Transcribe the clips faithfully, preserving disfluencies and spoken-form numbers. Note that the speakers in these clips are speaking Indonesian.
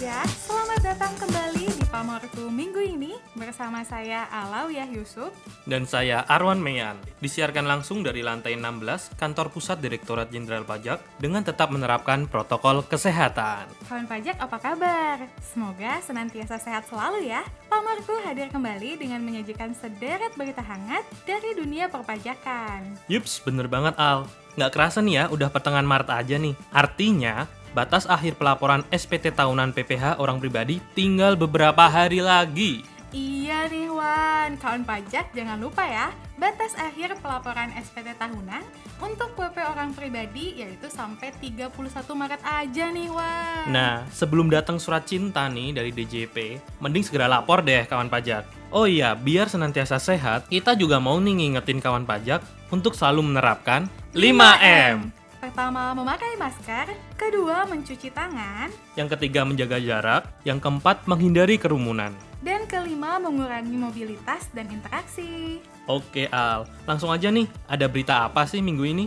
pajak, selamat datang kembali di Pamorku minggu ini bersama saya Alawiyah Yusuf dan saya Arwan Meyan. Disiarkan langsung dari lantai enam belas Kantor Pusat Direktorat Jenderal Pajak dengan tetap menerapkan protokol kesehatan. Kawan pajak, apa kabar? Semoga senantiasa sehat selalu ya. Pamorku hadir kembali dengan menyajikan sederet berita hangat dari dunia perpajakan. Yups, bener banget Al. Nggak kerasa nih ya, udah pertengahan Maret aja nih. Artinya, batas akhir pelaporan S P T tahunan P P H orang pribadi tinggal beberapa hari lagi. Iya nih Wan, kawan pajak jangan lupa ya, batas akhir pelaporan S P T tahunan untuk W P orang pribadi yaitu sampai tiga puluh satu Maret aja nih Wan. Nah, sebelum datang surat cinta nih dari D J P, mending segera lapor deh kawan pajak. Oh iya, biar senantiasa sehat, kita juga mau nih ngingetin kawan pajak untuk selalu menerapkan lima M. Pertama, memakai masker. Kedua, mencuci tangan. Yang ketiga, menjaga jarak. Yang keempat, menghindari kerumunan. Dan kelima, mengurangi mobilitas dan interaksi. Oke Al, langsung aja nih, ada berita apa sih minggu ini?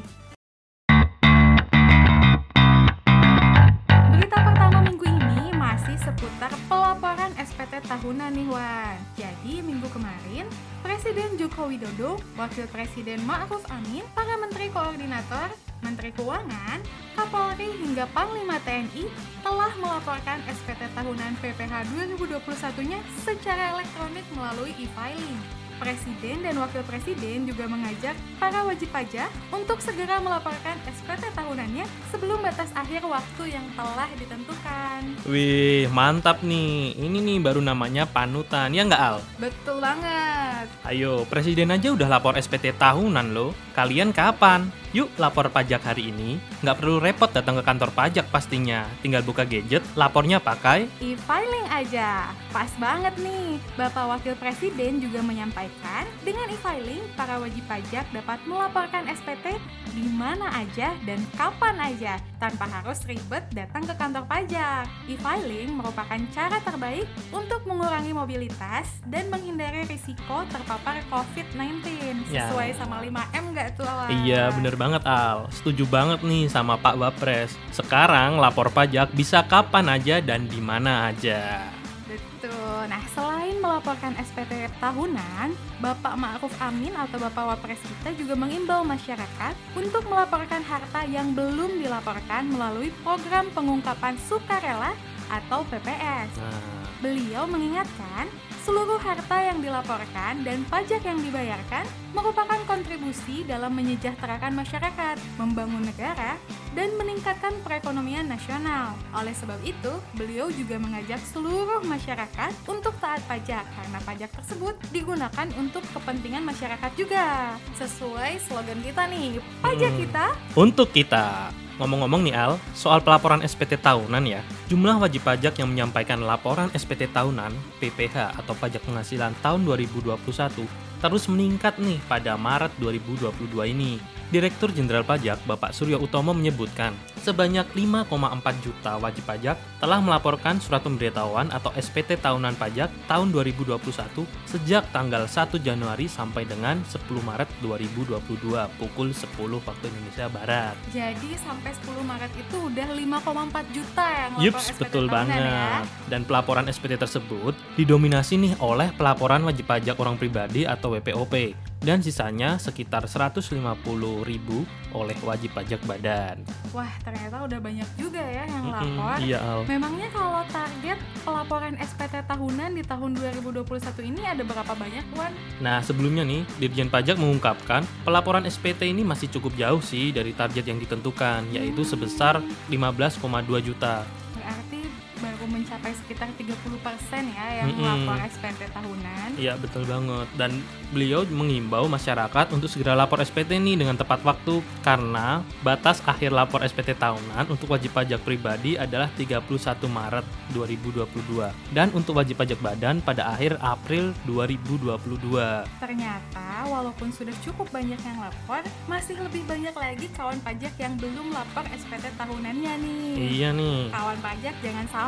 Berita pertama minggu ini masih seputar pelaporan S P T tahunan nih Wan. Jadi minggu kemarin, Presiden Joko Widodo, Wakil Presiden Ma'ruf Amin, para Menteri Koordinator, Menteri Keuangan, Kapolri hingga Panglima T N I telah melaporkan S P T tahunan P P H dua ribu dua puluh satu-nya secara elektronik melalui e-filing. Presiden dan Wakil Presiden juga mengajak para wajib pajak untuk segera melaporkan S P T tahunannya sebelum batas akhir waktu yang telah ditentukan. Wih, mantap nih. Ini nih baru namanya panutan, ya nggak Al? Betul banget. Ayo, Presiden aja udah lapor S P T tahunan loh. Kalian kapan? Yuk lapor pajak hari ini. Nggak perlu repot datang ke kantor pajak pastinya. Tinggal buka gadget, lapornya pakai e-filing aja. Pas banget nih. Bapak Wakil Presiden juga menyampaikan dengan e-filing para wajib pajak dapat melaporkan S P T di mana aja dan kapan aja tanpa harus ribet datang ke kantor pajak. E-filing merupakan cara terbaik untuk mengurangi mobilitas dan menghindari risiko terpapar covid sembilan belas. Ya. Sesuai sama lima M nggak tuh Awan? Iya, bener banget Al. Setuju banget nih sama Pak Wapres. Sekarang lapor pajak bisa kapan aja dan di mana aja. Betul. Nah, selain melaporkan S P T tahunan, Bapak Ma'ruf Amin atau Bapak Wapres kita juga mengimbau masyarakat untuk melaporkan harta yang belum dilaporkan melalui program pengungkapan sukarela atau P P S. Nah, Beliau mengingatkan, seluruh harta yang dilaporkan dan pajak yang dibayarkan merupakan kontribusi dalam menyejahterakan masyarakat, membangun negara, dan meningkatkan perekonomian nasional. Oleh sebab itu, beliau juga mengajak seluruh masyarakat untuk taat pajak karena pajak tersebut digunakan untuk kepentingan masyarakat juga. Sesuai slogan kita nih, pajak Hmm. kita untuk kita. Ngomong-ngomong nih Al, soal pelaporan S P T tahunan ya, jumlah wajib pajak yang menyampaikan laporan S P T tahunan P P H atau pajak penghasilan tahun dua ribu dua puluh satu terus meningkat nih pada Maret dua ribu dua puluh dua ini. Direktur Jenderal Pajak Bapak Suryo Utomo menyebutkan, sebanyak lima koma empat juta wajib pajak telah melaporkan surat pemberitahuan atau S P T tahunan pajak tahun dua ribu dua puluh satu sejak tanggal satu Januari sampai dengan sepuluh Maret dua ribu dua puluh dua pukul sepuluh waktu Indonesia Barat. jadi sampai sepuluh Maret itu udah lima koma empat juta yang lapor Yups, S P T betul tahunan banget. ya. Dan pelaporan S P T tersebut didominasi nih oleh pelaporan wajib pajak orang pribadi atau W P O P. Dan sisanya sekitar seratus lima puluh ribu oleh wajib pajak badan. Wah, ternyata udah banyak juga ya yang Mm-mm, lapor. iya Al. Memangnya kalau target pelaporan S P T tahunan di tahun dua ribu dua puluh satu ini ada berapa banyak, Wan? Nah sebelumnya nih, Dirjen Pajak mengungkapkan pelaporan S P T ini masih cukup jauh sih dari target yang ditentukan, yaitu sebesar lima belas koma dua juta. Berarti baru mencapai sekitar tiga puluh persen ya yang Mm-mm. melapor S P T tahunan. Iya betul banget. Dan beliau mengimbau masyarakat untuk segera lapor S P T nih dengan tepat waktu karena batas akhir lapor S P T tahunan untuk wajib pajak pribadi adalah tiga puluh satu Maret dua ribu dua puluh dua dan untuk wajib pajak badan pada akhir April dua ribu dua puluh dua. Ternyata walaupun sudah cukup banyak yang lapor, masih lebih banyak lagi kawan pajak yang belum lapor S P T tahunannya nih. Iya nih. Kawan pajak jangan sampai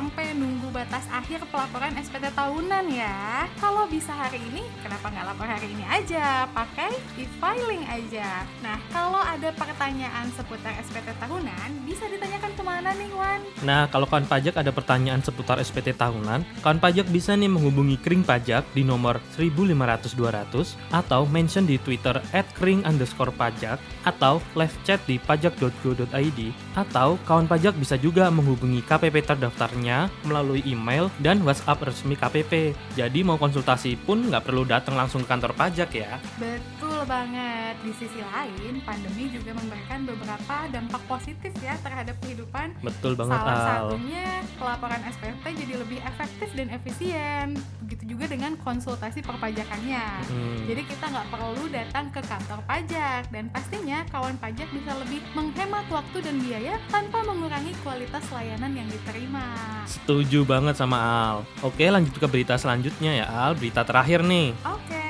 menunggu batas akhir pelaporan S P T tahunan ya. Kalau bisa hari ini, kenapa nggak lapor hari ini aja? Pakai e-filing aja. Nah, kalau ada pertanyaan seputar S P T tahunan, bisa ditanyakan kemana nih, Wan? Nah, kalau kawan pajak ada pertanyaan seputar S P T tahunan, kawan pajak bisa nih menghubungi Kring Pajak di nomor seribu lima ratus dua ratus atau mention di Twitter at kring underscore pajak atau live chat di pajak dot go dot i d atau kawan pajak bisa juga menghubungi K P P terdaftarnya melalui email dan WhatsApp resmi K P P. Jadi mau konsultasi pun nggak perlu datang langsung ke kantor pajak ya. Betul banget. Di sisi lain, pandemi juga memberikan beberapa dampak positif ya terhadap kehidupan. Betul banget, Salah Al. satunya pelaporan S P T jadi lebih efektif dan efisien. Begitu juga dengan konsultasi perpajakannya. Hmm. Jadi kita nggak perlu datang ke kantor pajak dan pastinya kawan pajak bisa lebih menghemat waktu dan biaya tanpa mengurangi kualitas layanan yang diterima. Setuju banget sama Al. Oke, lanjut ke berita selanjutnya ya Al. Berita terakhir nih. Oke.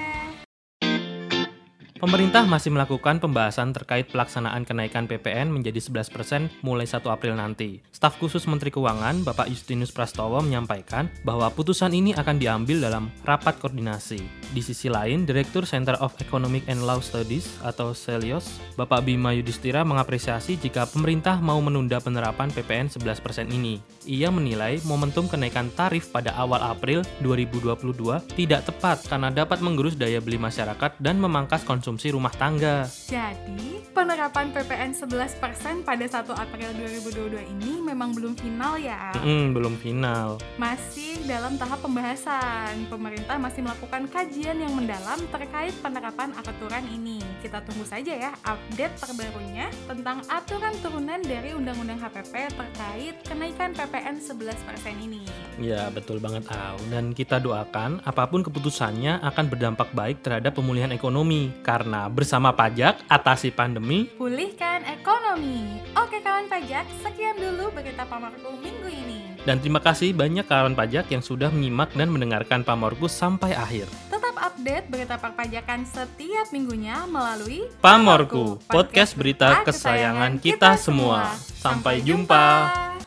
Pemerintah masih melakukan pembahasan terkait pelaksanaan kenaikan P P N menjadi sebelas persen mulai satu April nanti. Staf khusus Menteri Keuangan, Bapak Justinus Prastowo menyampaikan bahwa putusan ini akan diambil dalam rapat koordinasi. Di sisi lain, Direktur Center of Economic and Law Studies atau Celios, Bapak Bima Yudhistira mengapresiasi jika pemerintah mau menunda penerapan P P N sebelas persen ini. Ia menilai momentum kenaikan tarif pada awal April dua ribu dua puluh dua tidak tepat karena dapat menggerus daya beli masyarakat dan memangkas konsumsi rumah tangga. Jadi, penerapan P P N sebelas persen pada satu April dua ribu dua puluh dua ini memang belum final ya. Hmm, belum final. Masih dalam tahap pembahasan. Pemerintah masih melakukan kajian yang mendalam terkait penerapan aturan ini. Kita tunggu saja ya update terbarunya tentang aturan turunan dari Undang-Undang H P P terkait kenaikan P P N sebelas persen ini. Ya, betul banget Al. Dan kita doakan apapun keputusannya akan berdampak baik terhadap pemulihan ekonomi. Karena bersama pajak, atasi pandemi, pulihkan ekonomi. Oke kawan pajak, sekian dulu berita Pamorku minggu ini. dan terima kasih banyak kawan pajak yang sudah menyimak dan mendengarkan Pamorku sampai akhir. Tetap update berita perpajakan setiap minggunya melalui Pamorku, podcast berita kesayangan kita semua. Sampai jumpa.